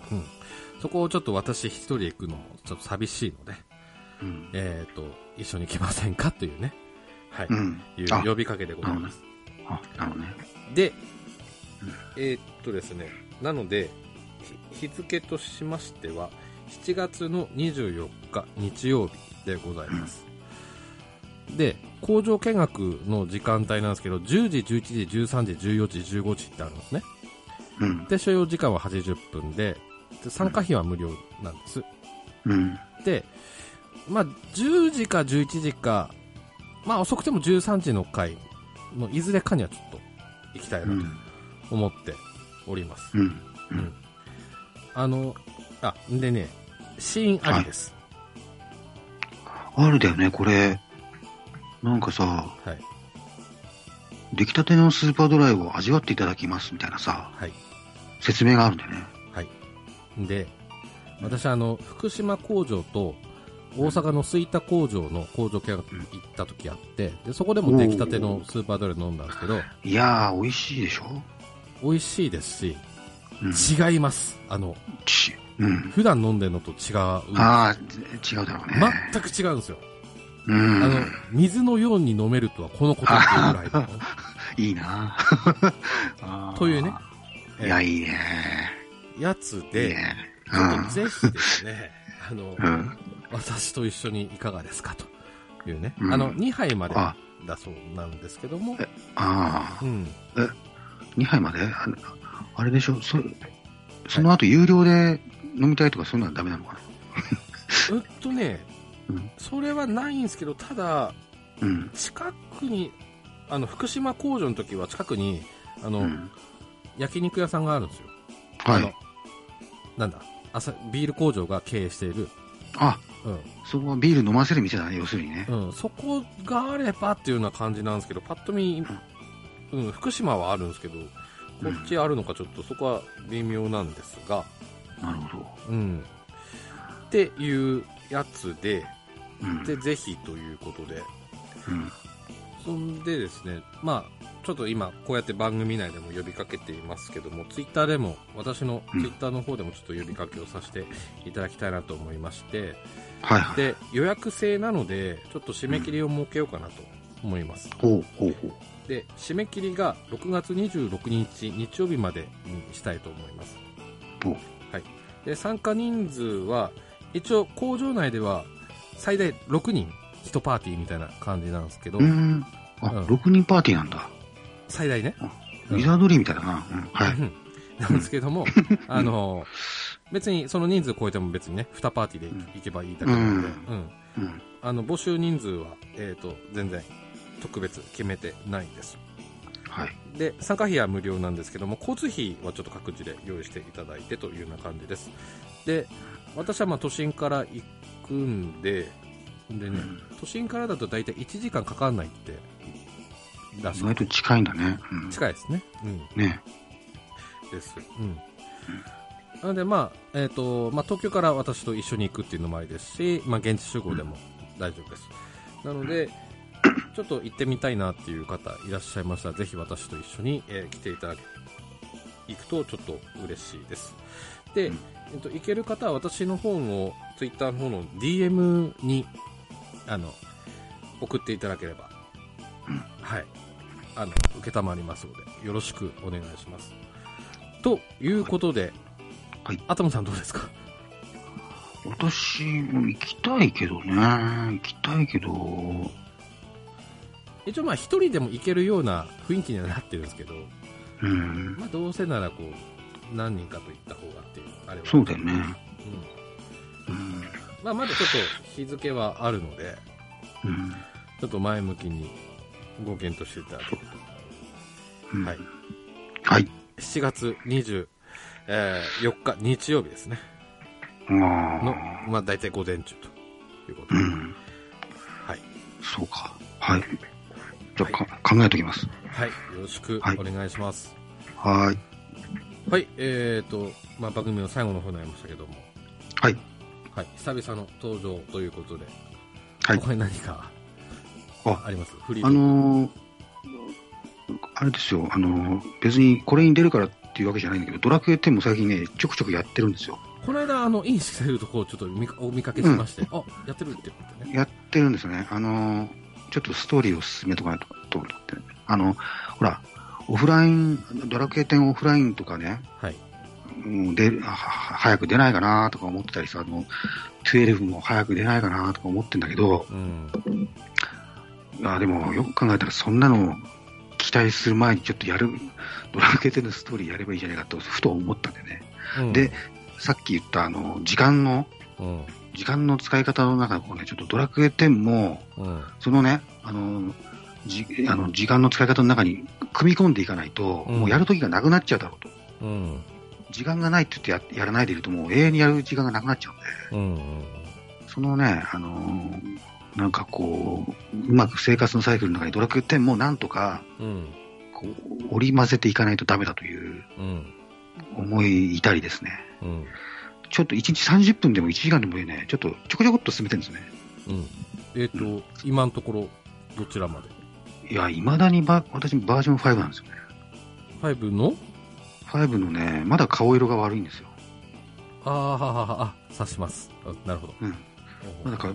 うん。そこをちょっと私一人行くのもちょっと寂しいので、うん、えっ、ー、と、一緒に来ませんかというね、はい、うん、いう呼びかけでございます。 あ、なるほどね。 で、うん、えっとですね、なので、日付としましては、しちがつのにじゅうよっか日曜日でございます。うん、で、工場見学の時間帯なんですけど、じゅうじ、じゅういちじ、じゅうさんじ、じゅうよじ、じゅうごじってあるんですね。うん、で、所要時間ははちじゅっぷんで、で参加費は無料なんです。うん、で、まあ、じゅうじかじゅういちじか、まあ遅くてもじゅうさんじの回のいずれかにはちょっと行きたいなと思っております。うん。うん。あの、あ、でね、シーンありです。 はい、あるだよね、これ。なんかさ、はい。出来たてのスーパードライを味わっていただきますみたいなさ、はい。説明があるんだよね。 はい。で、私あの、福島工場と、大阪の吹田工場の工場見学行った時あって、でそこでも出来たてのスーパードライ飲んだんですけど、 いやー美味しいでしょ。 美味しいですし、うん、違います。あの、うん、普段飲んでるのと違う。ああ、違うだろうね。 全く違うんですよ。うん、あの水のように飲めるとはこのことっていうぐらいのいいなというね。 いや、いいね。 やつで、いいね、ちょっとぜひですね、あの、うん私と一緒にいかがですかというね、うん、あのにはいまでだそうなんですけども、 えああ、うん、えにはいまで あ, あれでしょ、そその後有料で飲みたいとかそういうのはダメなのかなえっとね、うん、それはないんですけど、ただ、うん、近くにあの福島工場の時は近くにあの、うん、焼肉屋さんがあるんですよ。はい、あのなんだ朝ビール工場が経営している。 あ、うん、そこはビール飲ませる店だね、要するにね。 うん、そこがあればっていうような感じなんですけど、パッと見、うんうん、福島はあるんですけど、こっちあるのかちょっとそこは微妙なんですが、 うん、なるほど。 うん。っていうやつで、うん、で、ぜひということで、うん、そんでですね、まあ、ちょっと今こうやって番組内でも呼びかけていますけども、ツイッターでも私のツイッターの方でもちょっと呼びかけをさせていただきたいなと思いまして、はいはい、で予約制なのでちょっと締め切りを設けようかなと思います。うん、ほうほうほう。で締め切りがろくがつにじゅうろくにち日曜日までにしたいと思います。ほう、はい、で参加人数は一応工場内では最大ろくにんいちパーティーみたいな感じなんですけど、うーん、 あ、うん、ろくにんパーティーなんだ。 最大ね。 ウィザードリーみたいだな。うん、はい。 なんですけども、あの、別にその人数超えても別にね、にパーティーで行けばいいだけなので、うん。うん、あの、募集人数は、えっと、全然特別決めてないです。はい。で、参加費は無料なんですけども、交通費はちょっと各自で用意していただいてというような感じです。で、私はまあ都心から行くんで、でね、うん、都心からだと大体いちじかんかかんないって意外と近いんだね。 うん、近いですね。うん。 ね。 です。うん。うん、なので、まあ、えっ、ー、と、まあ、東京から私と一緒に行くっていうのもありですし、まあ、現地集合でも大丈夫です。なので、ちょっと行ってみたいなっていう方いらっしゃいましたら、ぜひ私と一緒に、えー、来ていただく、行くとちょっと嬉しいです。で、うん、えっと、行ける方は私の方の、ツイッターの方の ディーエム に、あの、送っていただければ、うん、はい。あの、受けたまりますので、よろしくお願いします。ということで、はい。アトムさんどうですか？ 私も行きたいけどね、行きたいけど、 一応まあ一人でも行けるような雰囲気にはなってるんですけど、うん。まあどうせならこう、何人かと行った方がっていう、あれは。 そうだよね。 うん。うん。まあまだちょっと日付はあるので、うん。ちょっと前向きにご検討していただけると。うん、はい。 はい。 しちがつにじゅうよっか日曜日ですね。の、まあ大体午前中ということで。うん、はい。 そうか。はい。じゃあ、はい、考えておきます。 はい。よろしくお願いします。 はい。 はい。えーと、まあ番組の最後の方になりましたけども。 はい。 はい。久々の登場ということで。はい。ここに何かあります？フリーあのー、あれですよ、あのー、別にこれに出るからってっていうわけじゃないんだけど、ドラクエテンも最近ね、ちょくちょくやってるんですよ。 この間、あの、インしてるとこをちょっと見お見かけしまして、うん、あ、やってるってことね。 やってるんですよね。あの、ちょっとストーリーを進めとかないとと思って、あの、ほら、オフライン、ドラクエテンオフラインとかね、はい。もうで、早く出ないかなとか思ってたりさ、あの、じゅうにも早く出ないかなとか思ってんだけど、うん、いや、でもよく考えたらそんなの期待する前にちょっとやる、ドラクエテンのストーリーやればいいじゃないかと、ふと思ったんでね。うん、で、さっき言ったあの、時間の、うん、時間の使い方の中でこうね、ちょっとドラクエテンも、うん、そのね、あの、じあの時間の使い方の中に組み込んでいかないと、うん、もうやるときがなくなっちゃうだろうと。うん、時間がないって言って や, やらないでいると、もう永遠にやる時間がなくなっちゃうんで、うん、そのね、あのー、なんかこう、うまく生活のサイクルの中にドラクエテンもなんとか、うん、こう織り交ぜていかないとダメだという思い至りですね。うん、ちょっといちにちさんじゅっぷんでもいちじかんでもいいね、ちょっとちょこちょこっと進めてるんですね。 うん、えっ、ー、と、うん、今のところどちらまで？ いや、いまだにバ私バージョンファイブなんですよね。 ファイブのファイブのね、まだ顔色が悪いんですよ。 ああ、ははは、あ、察します。なるほど。うん。 まだか、うん、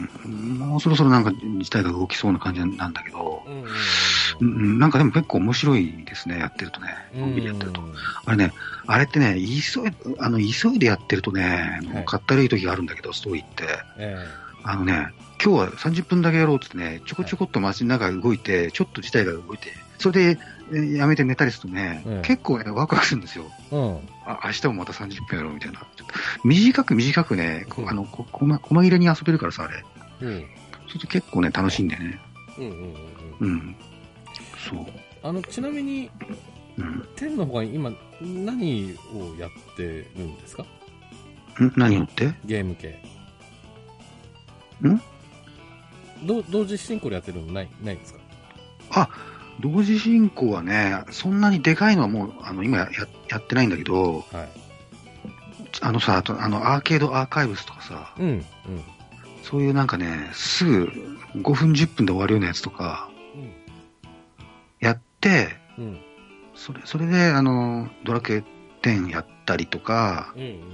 もうそろそろなんか事態が動きそうな感じなんだけど、うん、うん、なんかでも結構面白いですね、やってるとね。のんびりやってると。あれね、あれってね、急い、あの、急いでやってるとね、もうかったるい時があるんだけど、ストーリーって。えー、あのね、今日はさんじゅっぷんだけやろうってね、ちょこちょこっと街の中が動いて、ちょっと事態が動いて、それで、やめて寝たりするとね、ええ、結構ね、ワクワクするんですよ。うん、あ、明日もまたさんじゅっぷんやろうみたいな。ちょっと短く短くね、うん、あの、こ、こま、細切れに遊べるからさ、あれ。うん。そうすると結構ね、楽しいんだよね。うんうんうん。うん。そう。 あの、ちなみに、うん。天の方が今、何をやってるんですか？ ん何をって？ ゲーム系。 んど同時進行でやってるのない、ないですか？ あ、同時進行はね、そんなにでかいのはもう、あの、今や、やってないんだけど、はい、あのさ、あの、アーケードアーカイブスとかさ、うんうん、そういうなんかね、すぐごふんじゅっぷんで終わるようなやつとか、うん、やって、うん、それ、それで、あの、ドラクエテンやったりとか、うんうんうん、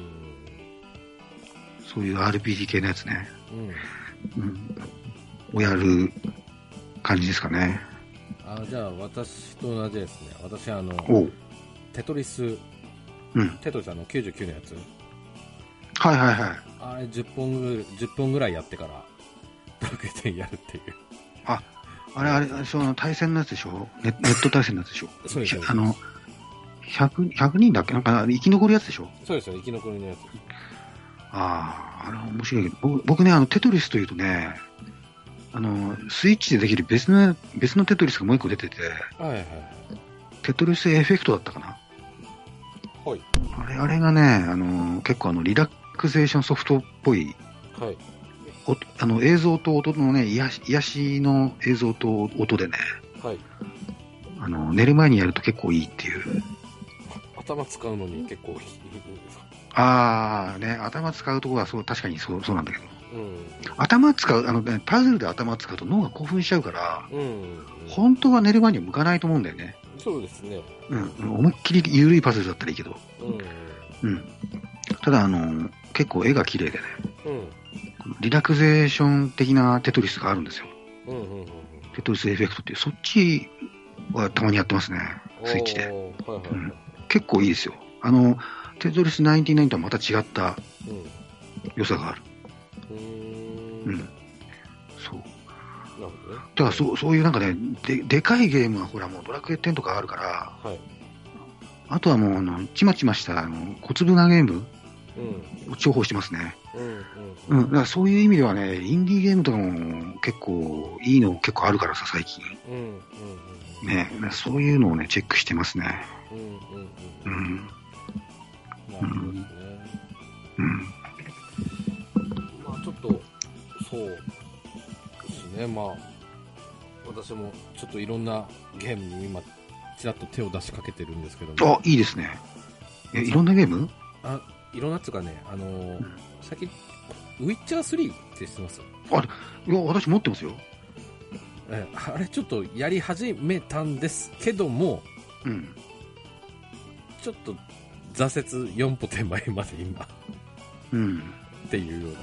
そういう アールピージー 系のやつね、うんうん、をやる感じですかね。 あ、じゃあ私と同じですね。私あのテトリス、うん、テトリスあのきゅうじゅうきゅうのやつ。 はいはいはい。 あれじゅっぽんぐじゅっぽんぐらいやってからドラクエテンやるっていう。 あ、あれあれその対戦のやつでしょ。ネ, ネット対戦のやつでしょ。 そうです。 あのひゃく、ひゃくにんだっけなんか生き残るやつでしょ。 そうですよ、生き残りのやつ。 ああ、あれ面白いけど、僕, 僕ねあのテトリスというとね。あのスイッチでできる別の別のテトリスがもう一個出てて、はいはい、テトリスエフェクトだったかな、はい、あれあれがねあの結構あのリラクゼーションソフトっぽい、はい、おあの映像と音のね癒し、癒しの映像と音でね、はい、あの寝る前にやると結構いいっていう。 頭使うのに結構いい。 ああね、頭使うところはそう確かにそうそうなんだけど。うん、頭使うあの、ね、パズルで頭使うと脳が興奮しちゃうから、うんうんうん、本当は寝る前には向かないと思うんだよね。 そうですね、 うん、思いっきり緩いパズルだったらいいけど、うんうん、ただあの結構絵が綺麗でね、うん、リラクゼーション的なテトリスがあるんですよ、うんうんうん、テトリスエフェクトっていうそっちはたまにやってますね、スイッチで、はいはいはい、うん、結構いいですよ。あのテトリスきゅうじゅうきゅうとはまた違った良さがある。うん、そう。なるほどね。だからそう、そういうなんかね、で、でかいゲームはほらもうドラクエテンとかあるから、はい、あとはもうあの、ちまちましたあの小粒なゲームを重宝してますね。うん、うんうん、だからそういう意味ではね、インディーゲームとかも結構いいの結構あるからさ、最近。うんうんうん、ね、そういうのをね、チェックしてますね。うんうんうん。うん。なるほどですね。うん。 ちょっとそうですね、まあ私もちょっといろんなゲームに今ちらっと手を出しかけてるんですけども。 あ、いいですね。え、いろんなゲーム？ あ、いろんなっつうかね、あのーうん、最近ウィッチャースリーって知ってます？ あ、いや私持ってますよ。 え、あれちょっとやり始めたんですけども、うん、 ちょっと挫折よん歩手前まで今、 うん、 っていうような。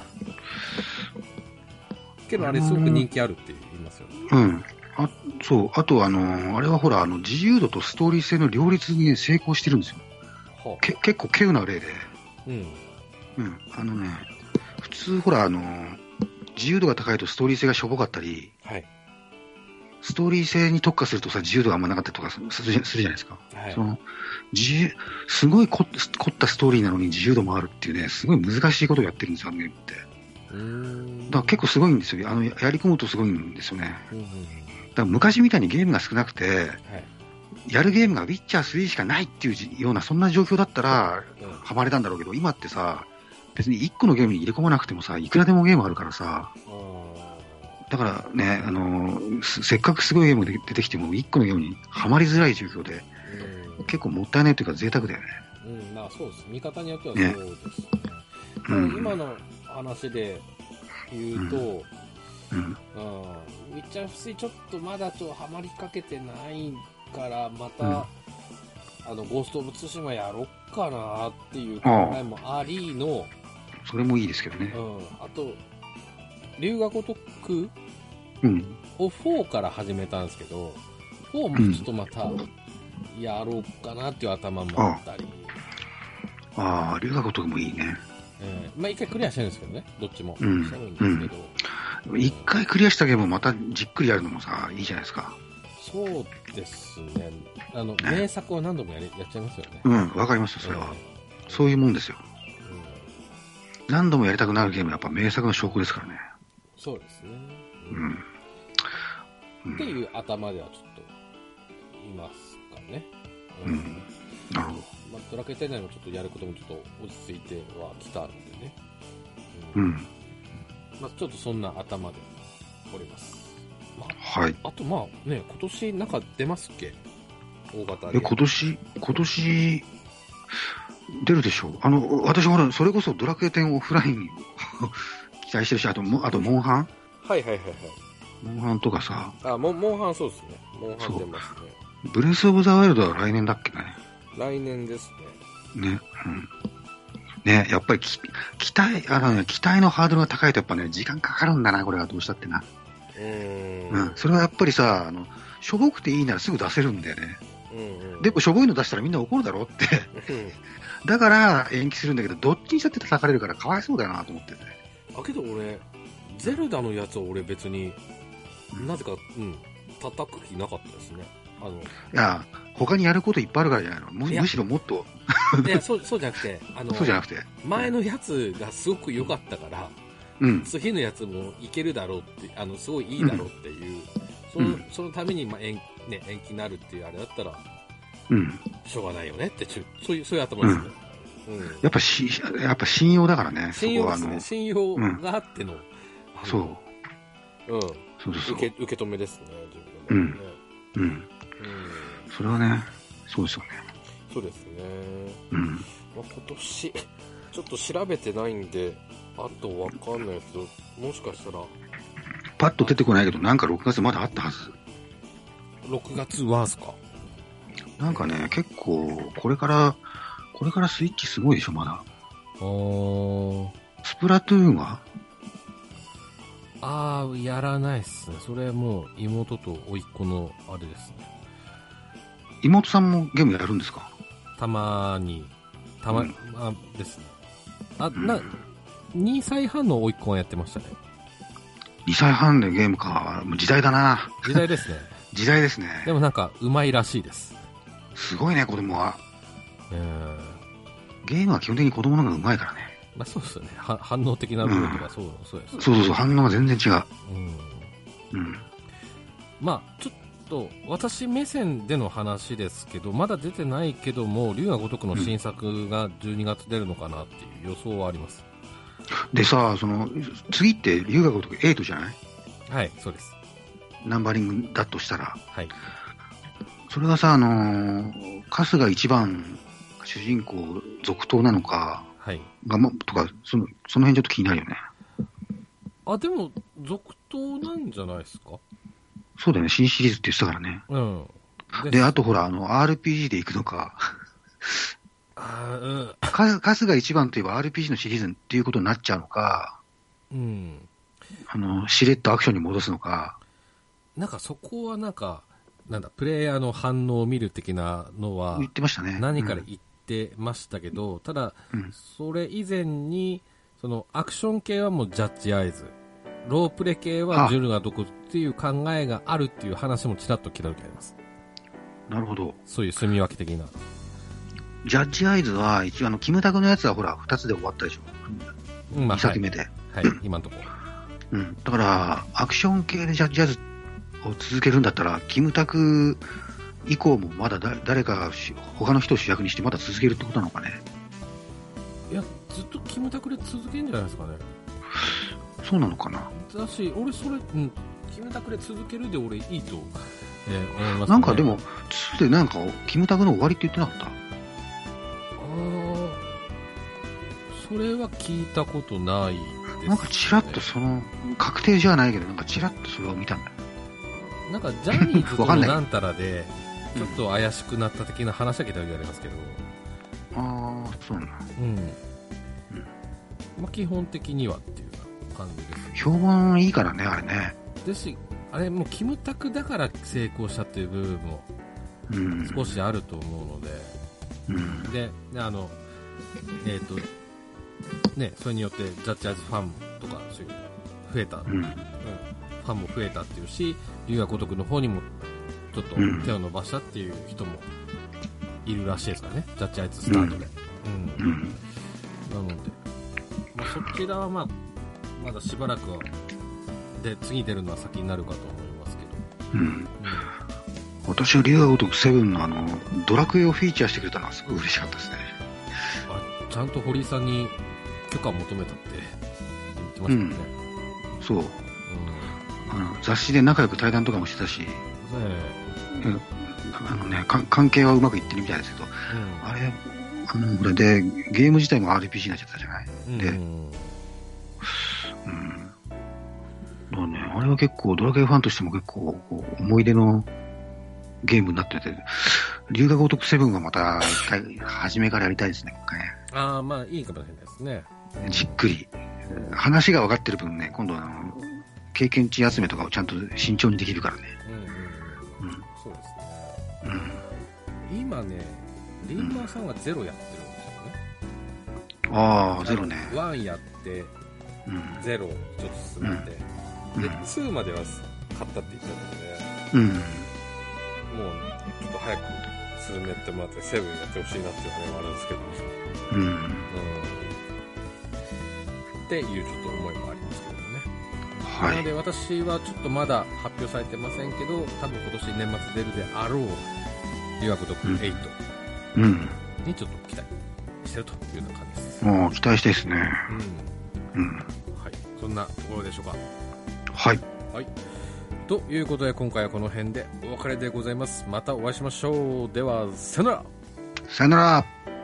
けどあれすごく人気あるって言いますよね。 うん。あ、そう。あとあのー、あれはほら、あの、自由度とストーリー性の両立に、ね、成功してるんですよ。はあ、け結構稀有な例で。うん。うん。あのね、普通ほら、あのー、自由度が高いとストーリー性がしょぼかったり、はい。ストーリー性に特化するとさ、自由度があんまなかったりとかするするじゃないですか。はい。その、自由、すごい凝ったストーリーなのに自由度もあるっていうね、すごい難しいことをやってるんですよ、あのゲームって。うーん。だから結構すごいんですよ。あの、やり込むとすごいんですよね。うんうんうん。だから昔みたいにゲームが少なくて、はい、やるゲームがウィッチャースリーしかないっていうような、そんな状況だったら、うん、ハマれたんだろうけど、今ってさ、別にいっこのゲームに入れ込まなくてもさ、いくらでもゲームあるからさ、だからね、あのー、せっかくすごいゲームが出てきても、いっこのゲームにはまりづらい状況で、うん、結構もったいないというか贅沢だよね。 うん、まあそうです。見方によってはそうですね。ね、うん、今の話で言うと、うんうん、ウィッチャースリーちょっとまだちょっとハマりかけてないから、また、うん、あの、ゴースト・オブ・ツシマやろっかなっていう考えもありの、 それもいいですけどね。 うん。あと、龍が如くをフォーから始めたんですけど、フォーもちょっとまたやろうかなっていう頭もあったり。 うん、ああ、龍が如くもいいね。 えー、まあ一回クリアしてるんですけどね、どっちも。うん。してるんですけど。 うん、一回クリアしたゲームをまたじっくりやるのもさ、いいじゃないですか。 そうですね。あの、ね、名作を何度もやりやっちゃいますよね。 うん、わかりますよ、それは、えー。そういうもんですよ。うん、何度もやりたくなるゲームはやっぱ名作の証拠ですからね。 そうですね。うんうん、っていう頭ではちょっといますかね。 うん。うん、なるほど。 まあ、ドラクエテン内もちょっとやることもちょっと落ち着いてはきたのでね。 うん。うん、 まあ、ちょっとそんな頭でおります。まあ、はい。 あとまあね、今年なんか出ますっけ？大型で。え、今年、今年、出るでしょう。あの、私ほら、それこそドラクエテンオフライン期待してるし、あと、あと、モンハンはいはいはいはい。 モンハンとかさ。 あ、モン、モンハンそうですね。モンハン出ますね。 ブレスオブザワイルドは来年だっけね。 来年ですね。ね。うん。ね、やっぱりき、期待、あのね、期待のハードルが高いとやっぱね、時間かかるんだな、これはどうしたってな。うーん。うん。それはやっぱりさ、あの、しょぼくていいならすぐ出せるんだよね。うんうん。でもしょぼいの出したらみんな怒るだろって。だから延期するんだけど、どっちにしたって叩かれるからかわいそうだよなと思ってて。 あ、けど俺、ゼルダのやつを俺別に、なぜか、うん、叩く気なかったですね。あの、いや、他にやることいっぱいあるからじゃないの。む, むしろもっと。 いや、そう、そうじゃなくて、あの、 そうじゃなくて。 前のやつがすごく良かったから、うん。次のやつもいけるだろうって、あの、すごいいいだろうっていう、うん、その、うん、そのために、まあ、延、ね、延期になるっていうあれだったら、うん。しょうがないよねって、ちゅそういう、そういう頭ですね。うん。うん、 やっぱし、やっぱ信用だからね。 信用ですね。そこはあの信用があっての、うん、 そう。 うん。そうそうそう。受け、受け止めですね、自分で、ね。うん。うん。うん。 それはね、そうですよね。 そうですね。 うん。まあ、 今年、ちょっと調べてないんで、あとわかんないけど、もしかしたら。 パッと出てこないけど、なんかろくがつまだあったはず。 ろくがつはですか？ なんかね、結構、これから、これからスイッチすごいでしょ、まだ。 あー。 スプラトゥーンはあー、やらないっすね。それもう妹と甥っ子のあれですね。 妹さんもゲームやるんですか？ たまに。たま、うん、あ、ですね。あ、な、うん、にさいはんの甥っ子がやってましたね。 にさいはんでゲームか。もう時代だな。 時代ですね。 時代ですね。 でもなんか、うまいらしいです。 すごいね、子供は。 えー、ゲームは基本的に子供の方がうまいからね。 まあそうですよね。は反応的な部分とかそう、うん、そうです、ね。 そうそうそう、反応が全然違う。 うん。うん。まあ、ちょっと、私目線での話ですけど、まだ出てないけども、龍が如くの新作がじゅうにがつ出るのかなっていう予想はあります。 うん、でさ、その、次って龍が如くはちじゃない？ はい、そうです。ナンバリングだとしたら。 はい。 それがさ、あのー、春日一番主人公続投なのか、 はい。 がま、とか、その、その辺ちょっと気になるよね。 あ、でも、続投なんじゃないですか？ そうだよね、新シリーズって言ってたからね。 うん。 で、あとほら、あの、アールピージー で行くのか、 あ、うん、数, 数が一番といえば アールピージー のシリーズっていうことになっちゃうのか、うん、あのしれっとアクションに戻すのか。 なんかそこはなんか、なんだ、プレイヤーの反応を見る的なのは、 言ってましたね。 何から言ってましたけど、うん、ただ、うん、それ以前に、そのアクション系はもうジャッジアイズ、ロープレ系はジュルがどこっていう考えがあるっていう話もちらっと聞いた時あります。 なるほど。 そういう住み分け的な。 ジャッジアイズは、一応あの、キムタクのやつはほら、二つで終わったでしょ。うん、まあ、にさくめで。はい、 はい、今のところ。うん。だから、アクション系でジャッジアイズを続けるんだったら、キムタク以降もまだだ誰か、他の人を主役にしてまだ続けるってことなのかね。 いや、ずっとキムタクで続けるんじゃないですかね。 そうなのかな。 だし、俺それ、うん、キムタクで続けるで俺いいと、えー、思いますね。 なんかでも、つでなんか、キムタクの終わりって言ってなかった？ああ、それは聞いたことないですね。 なんかちらっとその、確定じゃないけど、なんかちらっとそれを見たんだよ。 なんかジャニーズとのなんたらで、ちょっと怪しくなった的な話は聞いたことありますけど。 うん、ああ、そうなんだ。うん。うん、 まあ基本的にはっていう感じです、ね。 評判いいからね、あれね。 ですし、あれもうキムタクだから成功したっていう部分も少しあると思うので、うん、で、あの、えっと、ね、それによってジャッジアイズファンとかそういう増えた、うんうん、ファンも増えたっていうし、龍が如くの方にもちょっと手を伸ばしたっていう人もいるらしいですからね、ジャッジアイズスタートで。うんうん、なので、まあ、そちらはまあまだしばらくはで次出るのは先になるかと思いますけど、うんうん、 私は龍が如くセブンのあのドラクエをフィーチャーしてくれたのはすごい嬉しかったですね。 あ、ちゃんと堀井さんに許可を求めたって言ってましたもんね、 うん、そう、うん、あの雑誌で仲良く対談とかもしてたし、ね、あのね、関係はうまくいってるみたいですけど、うん、あれあのこれでゲーム自体も アールピージー になっちゃったじゃない、うん、で、うんだからね、あれは結構ドラクエファンとしても結構思い出のゲームになってて、龍が如くセブンはまた一回初めからやりたいですね、今回ね。 ああ、まあいいかもしれないですね。 じっくり話が分かってる分ね、今度はあの経験値集めとかをちゃんと慎重にできるからね。 うんうんうん、うん、そうですね。うん、今ね、リンマーさんはゼロやってるんですよね。うん、ああ、ゼロね。 ワンやって、うん、ゼロちょっと進めて、うん、でツーまでは買ったって言ってたので、うん、もうちょっと早く進めてもらってセブンやってほしいなっていうのはあるんですけど、うん、うん、っていうちょっと思いもありますけどね。はい、なので私はちょっとまだ発表されてませんけど、多分今年年末出るであろう龍が如くエイトにちょっと期待してるというような感じです。 もう期待してですね。 うん、うん、はい、そんなところでしょうか。 はい、 はい、ということで今回はこの辺でお別れでございます。またお会いしましょう。ではさよなら。 さよなら。